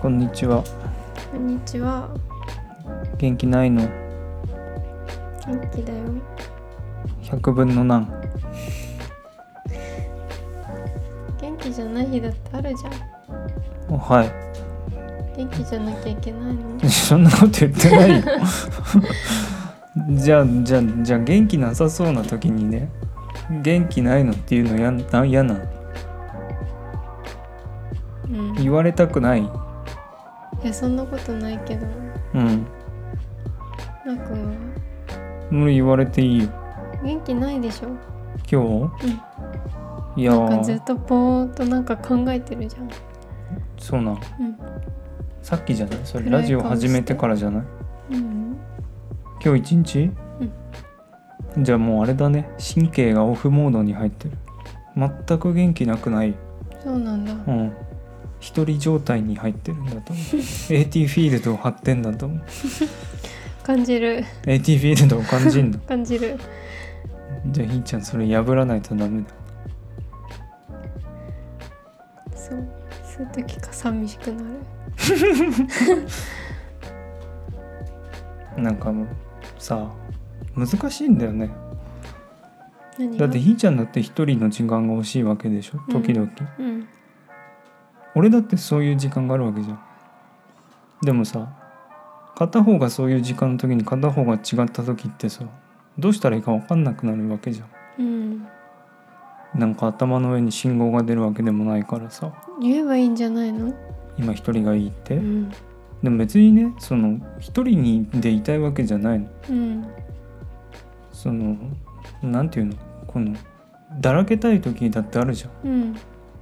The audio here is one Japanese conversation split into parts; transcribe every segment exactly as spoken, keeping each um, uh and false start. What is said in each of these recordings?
こんにちは。 こんにちは。 元気ないの？ 元気だよ。 ひゃくぶんの何？ 元気じゃない日だってあるじゃん。 おはい元気じゃなきゃいけないの？ そんなこと言ってないよじゃあじゃあじゃあ元気なさそうな時にね、元気ないのっていうのやな嫌な、 うん、 言われたくない。 いやそんなことないけど、 うんなくんはもう言われていいよ。 元気ないでしょ。 今日、 うん、 いやなんかずっーとぼーっとなんか考えてるじゃん。 そうなん。 うんさっきじゃないそれ、 暗い顔ラジオ始めてからじゃない？ うん、 今日一日、うん、じゃあもうあれだね、神経がオフモードに入ってる。全く元気なくない。 そうなんだ。 うん一人状態に入ってるんだと思うエーティー フィールドを張ってんだと思う感じるエーティー フィールドを感じんの感じる。 じゃあひーちゃんそれ破らないとダメだ。 そうそういう時か寂しくなるなんかもうさ難しいんだよね。 何が？ だってひーちゃんだって一人の時間が欲しいわけでしょ時々、 うんうん、 俺だってそういう時間があるわけじゃん。でもさ片方がそういう時間の時に片方が違った時ってさどうしたらいいか分かんなくなるわけじゃん、 うん、 なんか頭の上に信号が出るわけでもないからさ、 言えばいいんじゃないの？ 今一人がいいって、 うん、 でも別にねその一人にでいたいわけじゃないの。 うん、 そのなんていうのこのだらけたい時だってあるじゃん、 うん、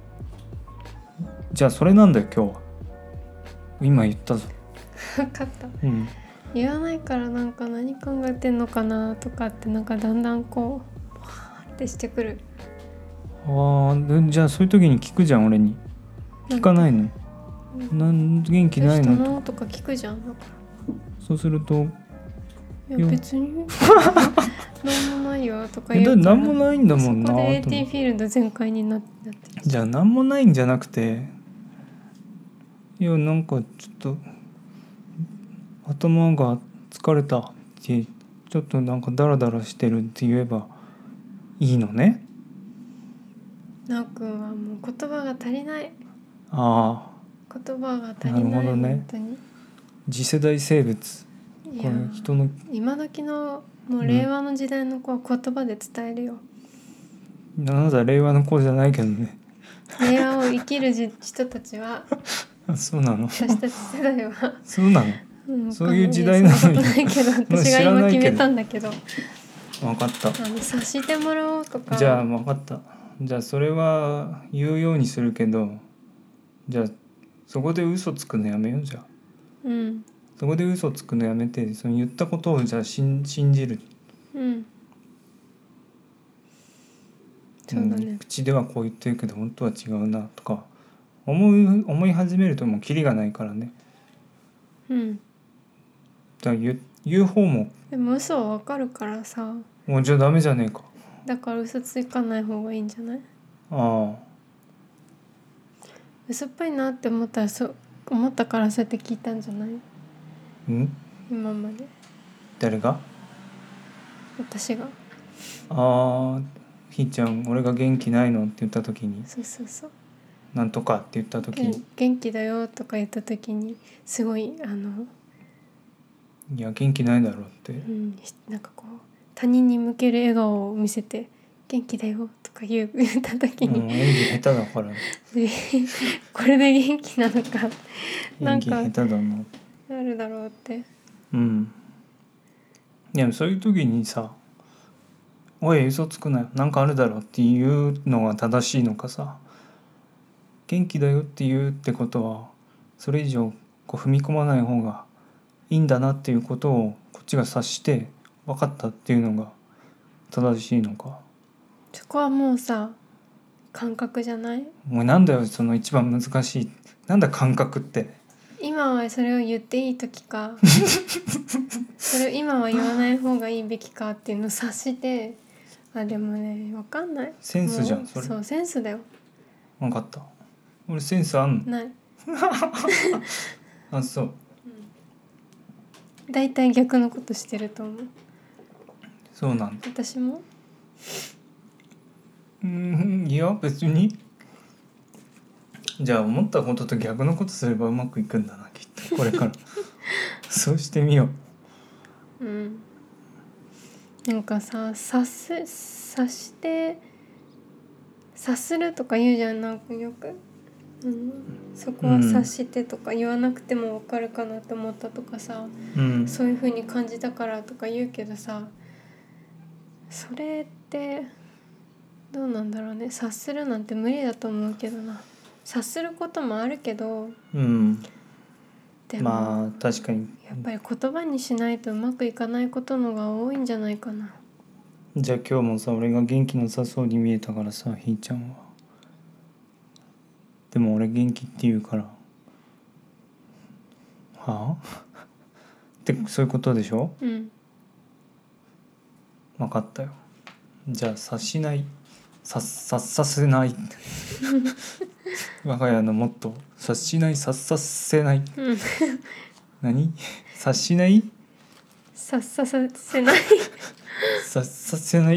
じゃあそれなんだよ今日は。今言ったぞ。 分かった。 うん言わないからなんか何考えてんのかなとかってなんかだんだんこうわーってしてくる。 あーでじゃあそういう時に聞くじゃん俺に。聞かないの？なん元気ないの人のとか聞くじゃん。だからそうするといや別になんもないよとかえだ言うからなんもないんだもんなそこで エーと思う。 ティー フィールド全開になってなってる。 じゃあなんもないんじゃなくて、いやなんかちょっと頭が疲れたってちょっとなんかダラダラしてるって言えばいいのね。 なおくんはもう言葉が足りない。 あ言葉が足なりない、 るほどね。 本当に。 次世代生物いやこれ人の今時のもう令和の時代の子は言葉で伝えるよ、 なんだ令和の子じゃないけどね。 令和を生きるじ人たちはあそうなの私たち世代はそうなの、 うん、 そういう時代なのにそんなことないけど私が今決めたんだけど分かった。 あの察してもらおうとか。 じゃあ分かった。じゃあそれは言うようにするけど、じゃあそこで嘘つくのやめよう。じゃあ、 うん、 そこで嘘つくのやめて、その言ったことをじゃあ信じる。 うんそうだね、 うん、口ではこう言ってるけど本当は違うなとか思い思い始めるともうキリがないからね。 うんだから 言, 言う方もでも嘘はわかるからさ。 もうじゃあダメじゃねえか。 だから嘘つかない方がいいんじゃない？ ああ嘘っぽいなって思ったらそう思ったからそうやって聞いたんじゃない？ うん今まで誰が？ 私が。 ああひーちゃん俺が元気ないのって言った時にそうそうそうなんとかって言った時に元気だよとか言った時にすごいあの、 いや元気ないだろうって、 うん、なんかこう他人に向ける笑顔を見せて元気だよとか言う言った時に、 うん、演技下手だからこれで元気なのかなんか演技下手だな。 なるだろうって。 うんでもそういう時にさおい嘘つくなよなんかあるだろうっていうのが正しいのかさ、元気だよって言うってことはそれ以上こう踏み込まない方がいいんだなっていうことをこっちが察して分かったっていうのが正しいのか。 そこはもうさ感覚じゃない？ お前なんだよその一番難しいなんだ感覚って。 今はそれを言っていい時かそれを今は言わない方がいいべきかっていうのを察して。あでもね分かんない。 センスじゃんそれ。 そうセンスだよ。 分かった。俺センスあんの？ ないあ、そうだいたい逆のことしてると思う。 そうなんだ。 私もうーん、いや別に。じゃあ思ったことと逆のことすればうまくいくんだな、きっとこれからそうしてみようん。なんかさ、察す察して察するとか言うじゃん、なんかよく、うん、そこは察してとか言わなくても分かるかなって思ったとかさ、 う。うん。 そういう風に感じたからとか言うけどさ、それってどうなんだろうね。察するなんて無理だと思うけどな。察することもあるけど、 うん。 でも、 まあ確かに。 やっぱり言葉にしないとうまくいかないことのが多いんじゃないかな。 じゃあ今日もさ、俺が元気なさそうに見えたからさ、ひーちゃんは。でも俺元気って言うから、はあってそういうことでしょ。 うん。 分かったよ。じゃあ察しない、察察させない我が家のモットー、察しない、察させない。 うん。 何？察しない、 さっささせない察させない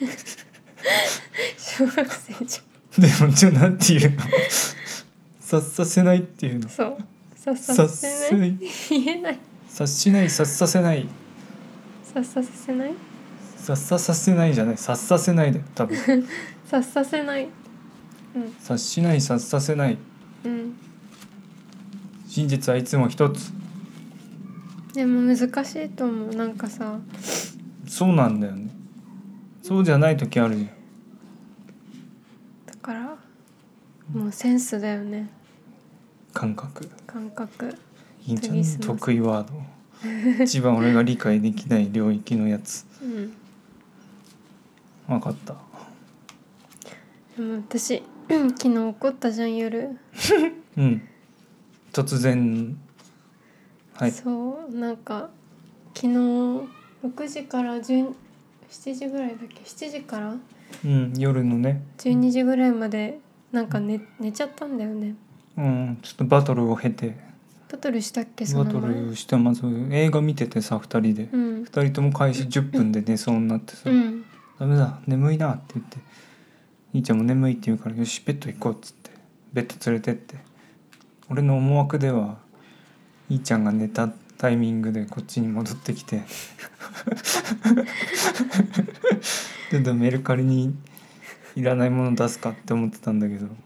小学生じでもちょなんていうの察させないっていうの。 ゃん。そう。さっさ察せなせないい、 言えない。 察しない、察させない、 さっさせない察ささせないじゃない、察させないだよ多分さっさせない。 察しない、察させない。 うん。 真実はいつも一つ。 でも難しいと思う。なんかさ、 そうなんだよね。そうじゃない時あるよ。 だからもうセンスだよね。 感覚。 感覚。 いいんちゃんの得意ワード一番俺が理解できない領域のやつ。 うん。 分かった。 でも私昨日怒ったじゃん、夜。 うん突然。はい。 そう、なんか昨日ろくじからじゅうしちじぐらいだっけ、しちじからうん夜のね。 じゅうにじぐらいまでなんか 寝, 寝ちゃったんだよね。 うんちょっとバトルを経て。 バトルしたっけ、そバトの前。 ルしてまず映画見ててさ、ふたりで、 うん。 ふたりとも開始じゅっぷんで寝そうになってさ、 うん。 ダメだ眠いなって言って、兄ちゃんも眠いって言うから、よしベッド行こうっつってベッド連れてって、俺の思惑では兄ちゃんが寝たタイミングでこっちに戻ってきてちょっとメルカリにいらないもの出すかって思ってたんだけど、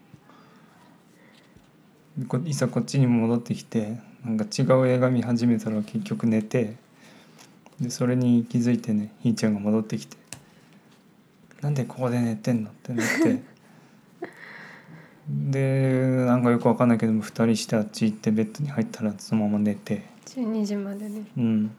こいざこっちに戻ってきてなんか違う映画見始めたら結局寝て、でそれに気づいてね、ひーちゃんが戻ってきて、なんでここで寝てんのってなってでなんかよくわかんないけどもふたりしてあっち行ってベッドに入ったらそのまま寝て、 じゅうにじまでね。 うん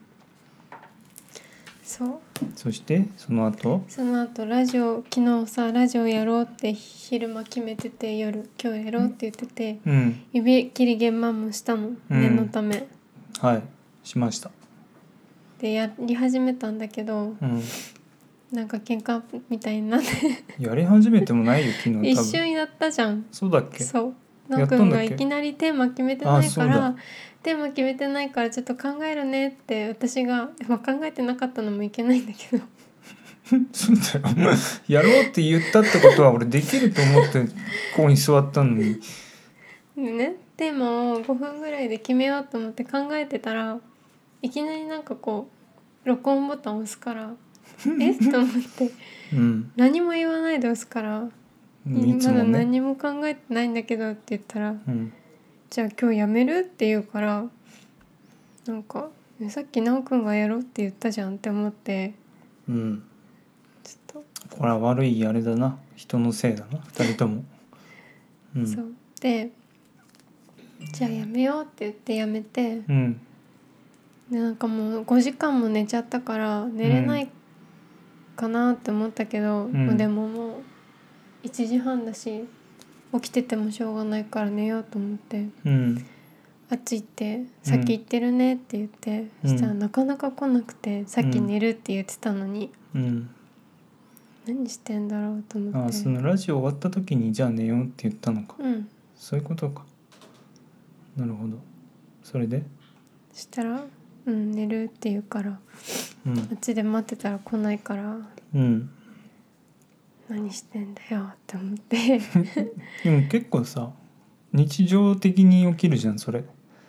そう。 そしてその後その後ラジオ、昨日さラジオやろうって昼間決めてて、夜今日やろうって言ってて、 うん指切り玄満もしたの、念のためはいしました。 でやり始めたんだけど、 うんなんか喧嘩みたいになってやり始めてもないよ昨日多分。 一瞬やったじゃん。 そうだっけ。 そう、 やなおくんったんだっけがいきなりテーマ決めてないあからそうだテーマ決めてないからちょっと考えるねって私が、まあ、考えてなかったのもいけないんだけどそうだよやろうって言ったってことは俺できると思ってここに座ったのにでね、テーマをごふんぐらいで決めようと思って考えてたら、いきなりなんかこう録音ボタン押すからえっと思ってうん何も言わないで押すから、 いつもまだね、 何も考えてないんだけどって言ったら、 うんじゃあ今日やめるって言うから、なんかさっきなおくんがやろうって言ったじゃんって思って、 うんちょっこれは悪いあれだな、人のせいだなふたりとも、うと、 ん、 そうで、じゃあやめようって言ってやめて、 うんでなんかもうごじかんも寝ちゃったから寝れないかなって思ったけど、 うんもうでももういちじはんだし起きててもしょうがないから寝ようと思って、 うんあっち行って「さっき行ってるね」って言って、 うんそしたらなかなか来なくて、さっき寝るって言ってたのに、 うん何してんだろうと思って。 あそのラジオ終わった時にじゃあ寝ようって言ったのか、 うんそういうことか。 なるほど。それでしたらうん寝るって言うから、 うんあっちで待ってたら来ないからうん何してんだよって思ってでも結構さ日常的に起きるじゃんそれ。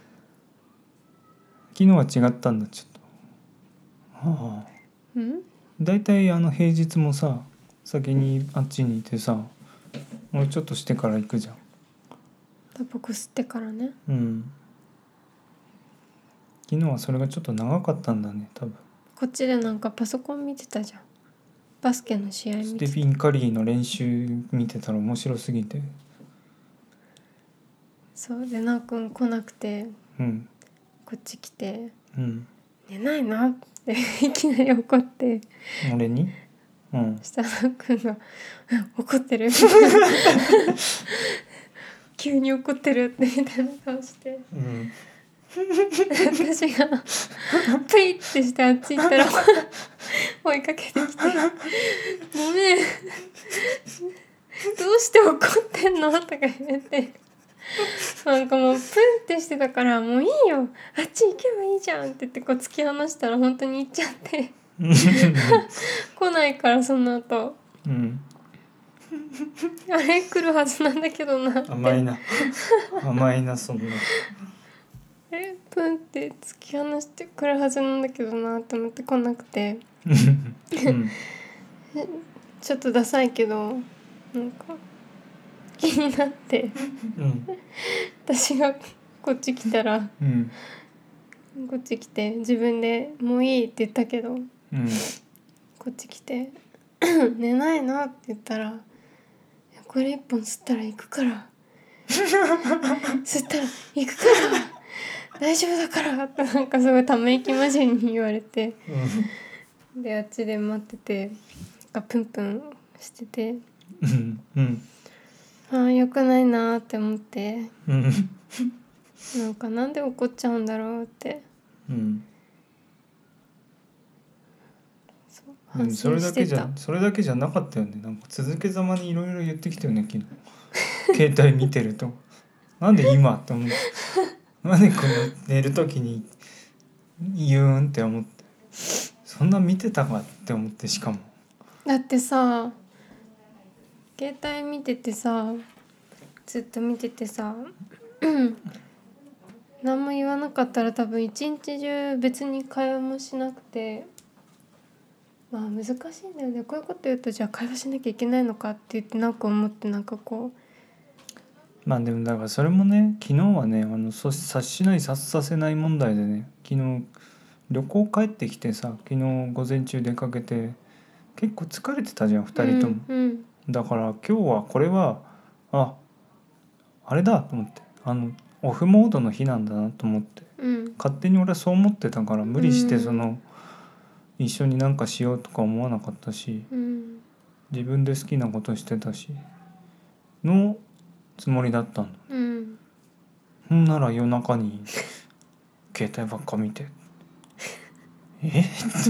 昨日は違ったんだちょっと。はあうんだいたいあの平日もさ先にあっちにいてさもうちょっとしてから行くじゃん。 タバコ吸ってからね。 うん昨日はそれがちょっと長かったんだね多分。 こっちでなんかパソコン見てたじゃん、バスケの試合見てた。 ステフィン・カリーの練習見てたら面白すぎて。 そうでなおくん来なくてうんこっち来てうん寝ないのっていきなり怒って、 俺にうんしたらなおくんが怒ってる急に怒ってるってみたいな顔してうん私がプイってしてあっち行ったら追いかけてきて「ごめんどうして怒ってんの?」とか言ってなんかもうプンってしてたから「もういいよあっち行けばいいじゃん」って言ってこう突き放したら本当に行っちゃって来ないからその後うんあれ来るはずなんだけどなって甘いな甘いなそんな。 えプンって突き放してくるはずなんだけどなって思って来なくてうんちょっとダサいけどなんか気になってうん私がこっち来たらうんこっち来て自分でもういいって言ったけどうんこっち来て寝ないのって言ったらこれ一本吸ったら行くから吸ったら行くから大丈夫だからってなんかすごいため息交じりに言われてであっちで待っててなんかプンプンしててうんうんああ良くないなって思ってうんなんかなんで怒っちゃうんだろうってうんそうでも反それだけ省してた。 じゃそれだけじゃなかったよね。なんか続けざまにいろいろ言ってきたよね昨日携帯見てるとなんで今って思ってなんでこの寝る時に言うんって思ってそんな見てたかって思って。しかもだってさ携帯見ててさずっと見ててさ何も言わなかったら多分一日中別に会話もしなくてまあ難しいんだよねこういうこと言うとじゃあ会話しなきゃいけないのかって言ってなんか思ってなんかこまあでもだからそれもね昨日はねあのそ察しない察させない問題でね昨日旅行帰ってきてさ昨日午前中出かけて結構疲れてたじゃんうふたりとも、 うんうんだから今日はこれはああれだと思ってあのオフモードの日なんだなと思ってうん勝手に俺はそう思ってたから無理してそのうん一緒になんかしようとか思わなかったしうん自分で好きなことしてたしのつもりだったんだ。 うんほんなら夜中に携帯ばっか見てえ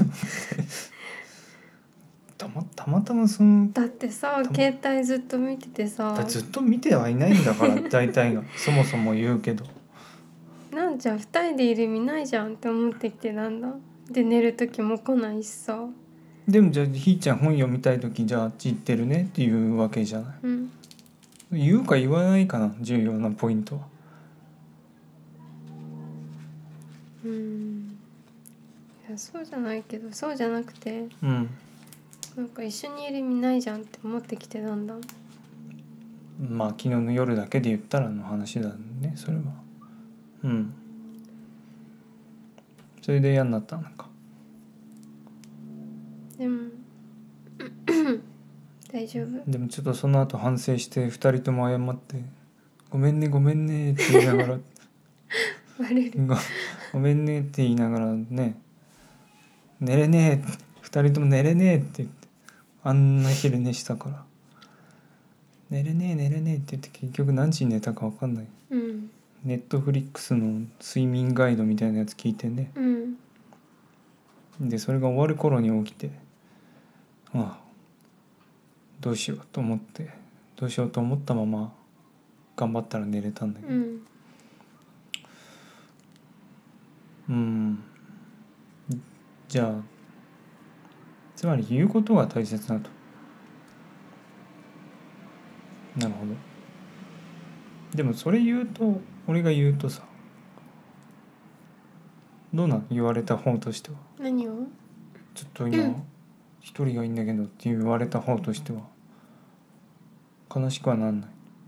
たまたまたまそのだってさたま携帯ずっと見ててさずっと見てはいないんだから大体がそもそも言うけどなんじゃふたりでいる意味ないじゃんって思ってきてなんだで寝る時も来ないしさでもじゃあひーちゃん本読みたい時じゃああっち行ってるねっていうわけじゃない。 うん言うか言わないかな重要なポイントは。 うんいやそうじゃないけどそうじゃなくてうんなんか一緒にいる意味ないじゃんって思ってきてだんだんまあ昨日の夜だけで言ったらの話だねそれは。うんそれで嫌になったのか。 でも大丈夫でもちょっとその後反省してふたりとも謝って「ごめんねごめんね」って言いながらバレるごごめんねって言いながらね寝れねえふたりとも寝れねえって言ってあんな昼寝したから寝れねえ寝れねえって言って結局何時に寝たか分かんない。 うんネットフリックスの睡眠ガイドみたいなやつ聞いてねうんでそれが終わる頃に起きてああどうしようと思ってどうしようと思ったまま頑張ったら寝れたんだけど、 うんうんじゃあつまり言うことが大切だと。なるほど。でもそれ言うと俺が言うとさどうなん言われた方としては。 何を？ ちょっと今一人がいいんだけどって言われた方としては悲しくはなんない？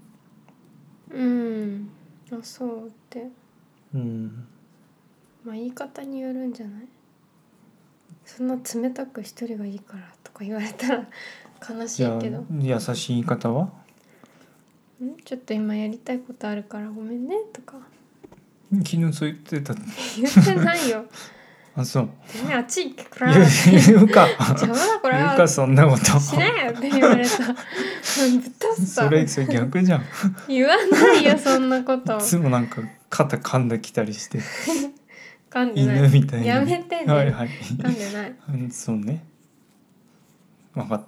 うんあそうって、 うんまあ言い方によるんじゃない？そんな冷たく一人がいいからとか言われたら悲しじゃあいけど、 優しい言い方は？ んちょっと今やりたいことあるからごめんねとか昨日そう言ってた。 言ってないよ。 あそうてめえあっち行けこいやらって言うか邪魔だこれは言うかそんなことしないよって言われたぶっ倒すそれそれ逆じゃん。 言わないよそんなこといつもなんか肩噛んできたりして噛んでない犬みたいに。 やめてね、 はいはい噛んでないうんそうね分かった。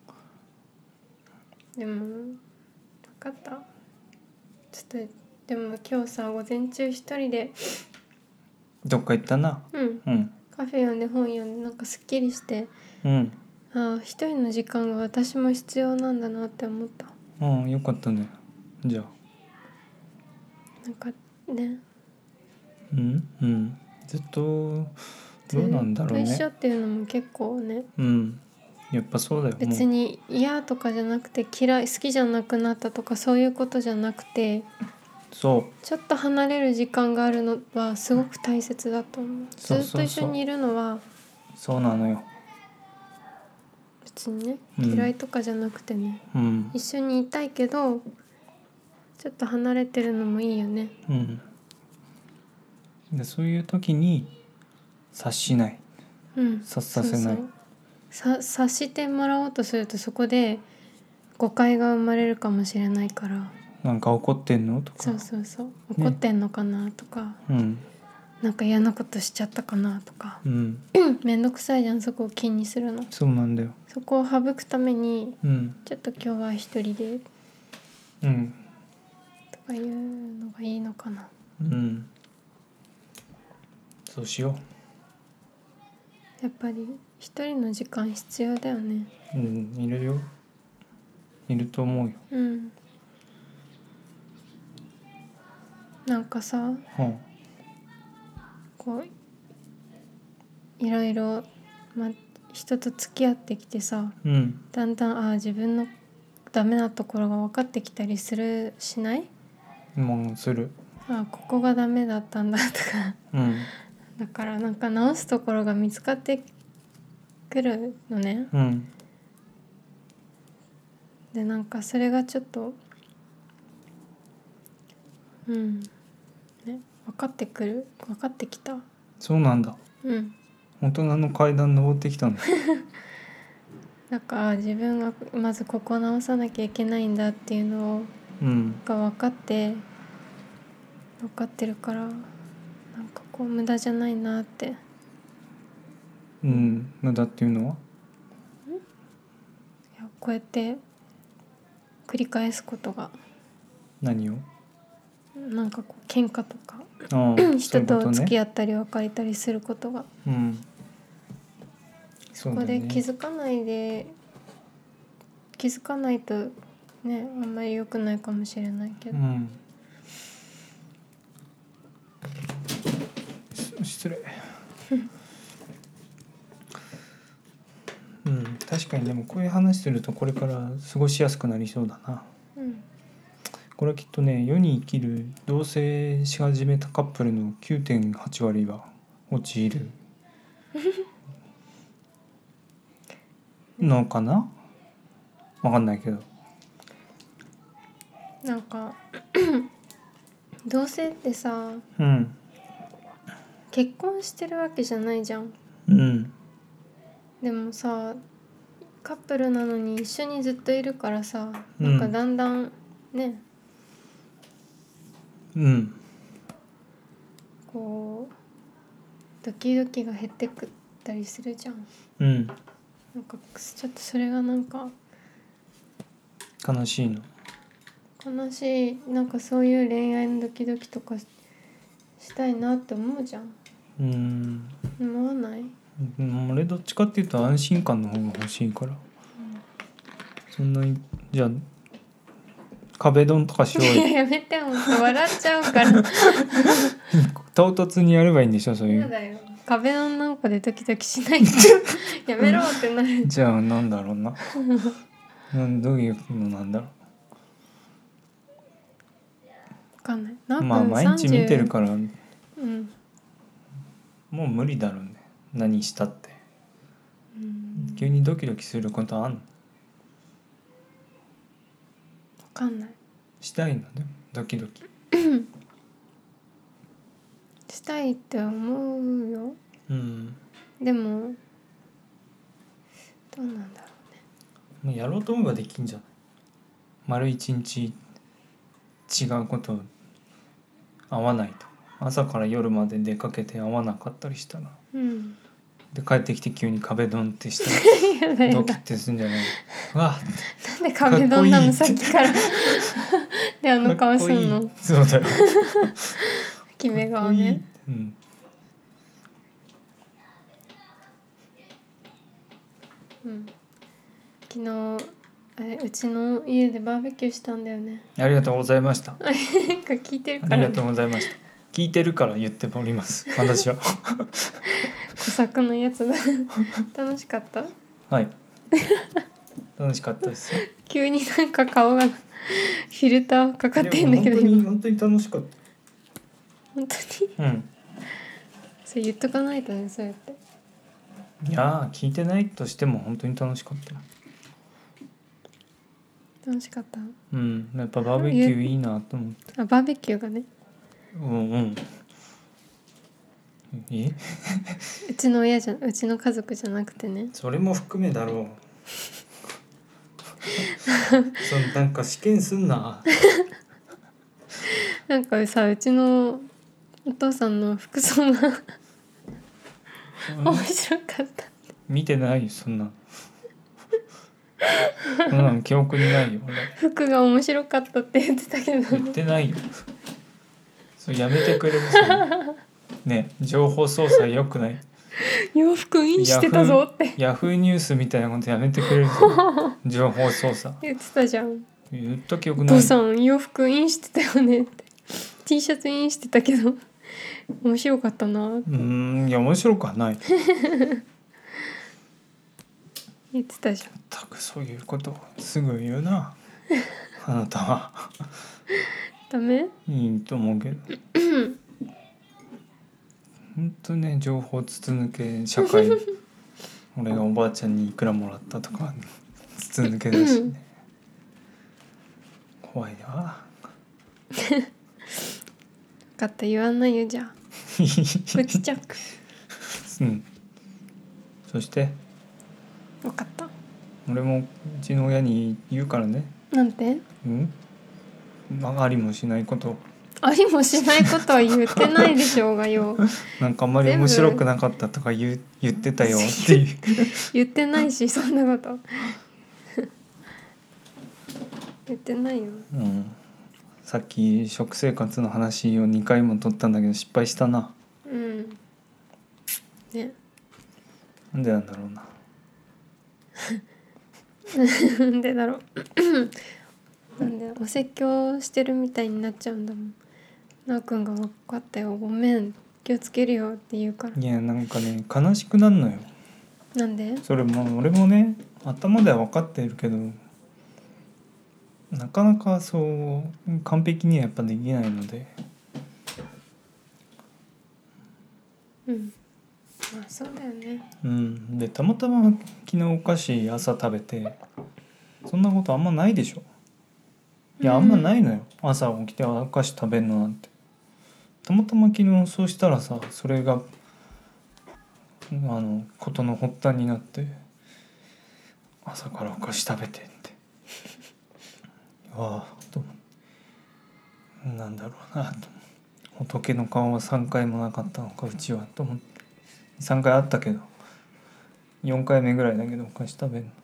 でも分かったちょっとでも今日さ午前中一人でどっか行ったな。 うんうんカフェ読んで本読んでなんかすっきりしてうんああ一人の時間が私も必要なんだなって思った。 うんよかったね。じゃあなんかねうんうんずっとずどうなんだっとろうね。 一緒っていうのも結構ねうんやっぱそうだよ。 別に嫌とかじゃなくて嫌い好きじゃなくなったとかそういうことじゃなくてそうちょっと離れる時間があるのはすごく大切だと思う。 そうずっと一緒にいるのはそうなのよ。 別にねうん嫌いとかじゃなくてね、 うん一緒にいたいけどちょっと離れてるのもいいよね。 うんでそういう時に察しないうん察させない。 そうそうさ察してもらおうとするとそこで誤解が生まれるかもしれないからなんか怒ってんのとか。 そうそうそう怒ってんのかなとか、 うんなんか嫌なことしちゃったかなとかうんめんどくさいじゃんそこを気にするの。 そうなんだよ。 そこを省くためにうんちょっと今日は一人でうんとかいうのがいいのかな。 うんそうしよやっぱり一人の時間必要だよね。 う。うんいるよいると思うよ。 うんなんかさはこういろいろ、ま、人と付き合ってきてさあうんだんだんあ自分のダメなところが分かってきたりするしない？ もうする。 あここがダメだったんだとかうんだからなんか直すところが見つかってくるのね。 うんでなんかそれがちょっとうんね分かってくる分かってきた。 そうなんだ。 うん大人の階段登ってきたの。 なんか自分がまずここ直さなきゃいけないんだっていうのうんが分かって分かってるからなんかこう無駄じゃないなって。 うん無駄っていうのは？ いやこうやって繰り返すことが何を？ なんかこう喧嘩とかああそうい人うことね。 と付き合ったり別れたりすることがうんそここでうだね。 気づかないで気づかないとねあんまり良くないかもしれないけど、 うんし失礼。うん確かにでもこういう話するとこれから過ごしやすくなりそうだな。 うんこれはきっとね世に生きる同棲し始めたカップルの きゅうてんはち 割は陥るのかなわかんないけど。 なんか同棲ってさうん結婚してるわけじゃないじゃん。 うんでもさカップルなのに一緒にずっといるからさうんなんかだんだんね、 うんこうドキドキが減ってくったりするじゃん。 うんなんかちょっとそれがなんか悲しいの。 悲しい。なんかそういう恋愛のドキドキとかしたいなって思うじゃん。 うん思わない？ うん俺どっちかっていうと安心感の方が欲しいから、そんなにじゃあ壁ドンとかしよういやよやめて、ほんと笑っちゃうから唐突にやればいいんでしょそういうやだよ、壁ドンなんかでドキドキしないとやめろってなる。 じゃあなんだろうななんどういうのなんだろ分かんない。なう。 んまあ毎日見てるからうんもう無理だろうね、何したって。 うん急にドキドキすることあんの？ 分かんない。 したいのでもドキドキしたいって思うよ。 うんでもどうなんだろもうやろうと思えばできんじゃない？丸一日違うこと会わないと、朝から夜まで出かけて会わなかったりしたら、 うね。うんで帰ってきて急に壁ドンってしたやだやだ。 らドキってするんじゃない？うわなんで壁ドンなのかっこいいさっきからであの顔すんのかっこいいそうだよ決め顔かっこいいね。 うんうん昨日あれうちの家でバーベキューしたんだよね。 ありがとうございました。 なんか聞いてるからね、 ありがとうございました。聞いてるから言っております私は小作のやつだ楽しかった。 はい楽しかったですよ。 急になんか顔がフィルターかかってんだけどでも本当に今本当に楽しかっ本当にた。うんそれ言っとかないとね、そうやって。 いやー聞いてないとしても本当に楽しかった。 楽しかった。 うんやっぱバーベキューいいなと思って。 あバーベキューがね、 うんうんえうちの親じゃうちの家族じゃなくてね。 それも含めだろうそのなんか試験すんななんかさ、うちのお父さんの服装が面白かった。 見てないよそんなそんなの記憶にないよ俺。 服が面白かったって言ってたけど言ってないよそれやめてくれるそれね情報操作良くない？ 洋服インしてたぞってヤフーニュースみたいなことやめてくれる情報操作言ってたじゃん。 言った記憶おない。 父さん洋服インしてたよねって T シャツインしてたけど面白かったなってうーんいや面白くはない。 言ってたじゃん。 たくそういうことをすぐ言うなあなたは。 ダメ？ いいと思うけどほんとね情報筒抜け社会俺がおばあちゃんにいくらもらったとか筒抜けだしね怖いな。 分かった言わないよじゃあプチチャックうんそして分かった。 俺もうちの親に言うからね。 なんて？ うんまあありもしないことありもしないことは言ってないでしょうがよなんかあんまり面白くなかったとか言う言ってたよっていう言ってないしそんなこと言ってないよ。 うんさっき食生活の話をにかいも取ったんだけど失敗したな。 うんねなんでなんだろうな。 なんでだろうなんでお説教してるみたいになっちゃうんだもん。なおくんが分かったよごめん気をつけるよって言うから。 いやなんかね悲しくなるのよ。 なんで？ それも俺もね頭では分かっているけどなかなかそう完璧にはやっぱできないので。 うんまあそうだよね。 うんでたまたま昨日お菓子朝食べてそんなことあんまないでしょ。いやあんまないのよ、朝起きてお菓子食べるのなんて。たまたま昨日そうしたらさそれがあのことの発端になって朝からお菓子食べてってわあとなんだろうなと仏の顔はさんかいもなかったのかうちはと思ってさんかいあったけどよんかいめぐらいだけどお菓子食べるの。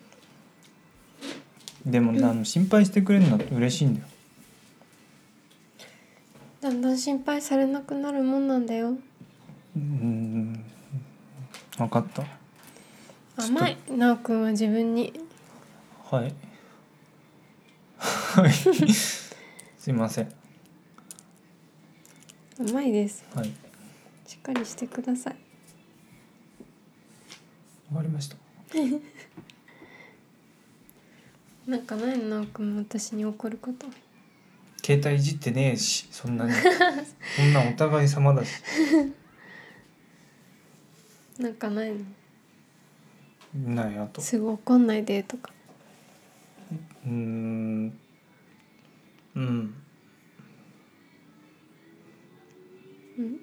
でも、うん、あの心配してくれるのって嬉しいんだよ。 だんだん心配されなくなるもんなんだよ。 うん分かった。 甘い。なおくんは自分に。 はいはいすいません。 甘いです。 はいしっかりしてください。 終わりました。 なんかないの、なおくんも私に怒ること。 携帯いじってねえし、そんなにそんなお互い様だし。 なんかないの。 ないあと。 すぐ怒んないでとか。 うーんうんうん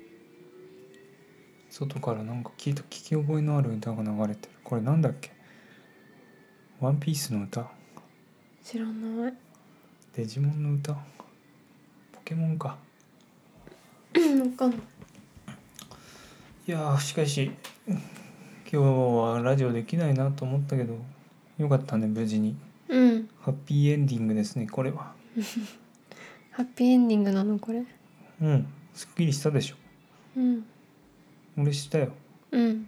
外からなんか聞いた聞き覚えのある歌が流れてる。これなんだっけ。ワンピースの歌、 知らない。 デジモンの歌、ポケモンか。 わかんない。 いやーしかし今日はラジオできないなと思ったけどよかったね、無事に。 うんハッピーエンディングですねこれは。 ハッピーエンディングなのこれ。 うんすっきりしたでしょ。 うん俺したよ。 うん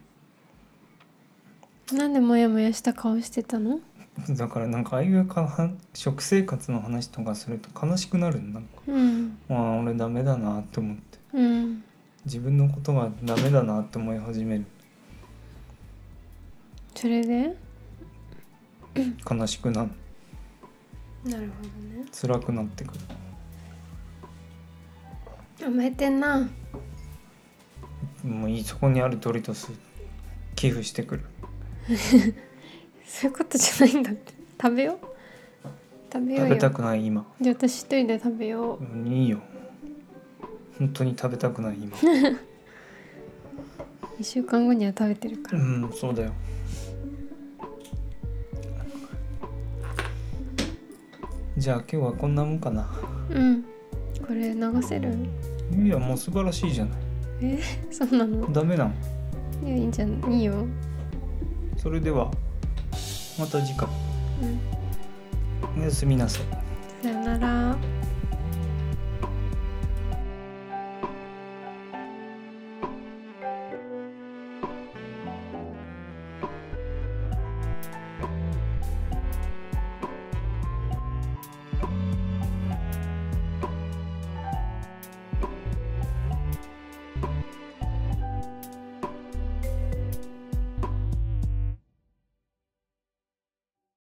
なんでモヤモヤした顔してたの。 だからなんかああいうか食生活の話とかすると悲しくなるん。なんかうんまあ俺ダメだなって思って、 うん自分のことがダメだなって思い始める。 それで悲しくなる。 なるほどね。 辛くなってくる。 甘えてんな。 もういい、そこにあるドリトス寄付してくる。 そういうことじゃないんだって。食べよう食べようよ。 食べたくない今。 じゃあ私一人で食べよういいよ本当に食べたくない今。 う。いっしゅうかんごには食べてるから。 うんそうだよ。じゃあ今日はこんなもんかな。 うんこれ流せる。 いやもう素晴らしいじゃない。 えそうなの。 ダメなの。 いやいいんじゃん、いいよ。 それではまた次回。 うんおやすみなさい。 さよなら。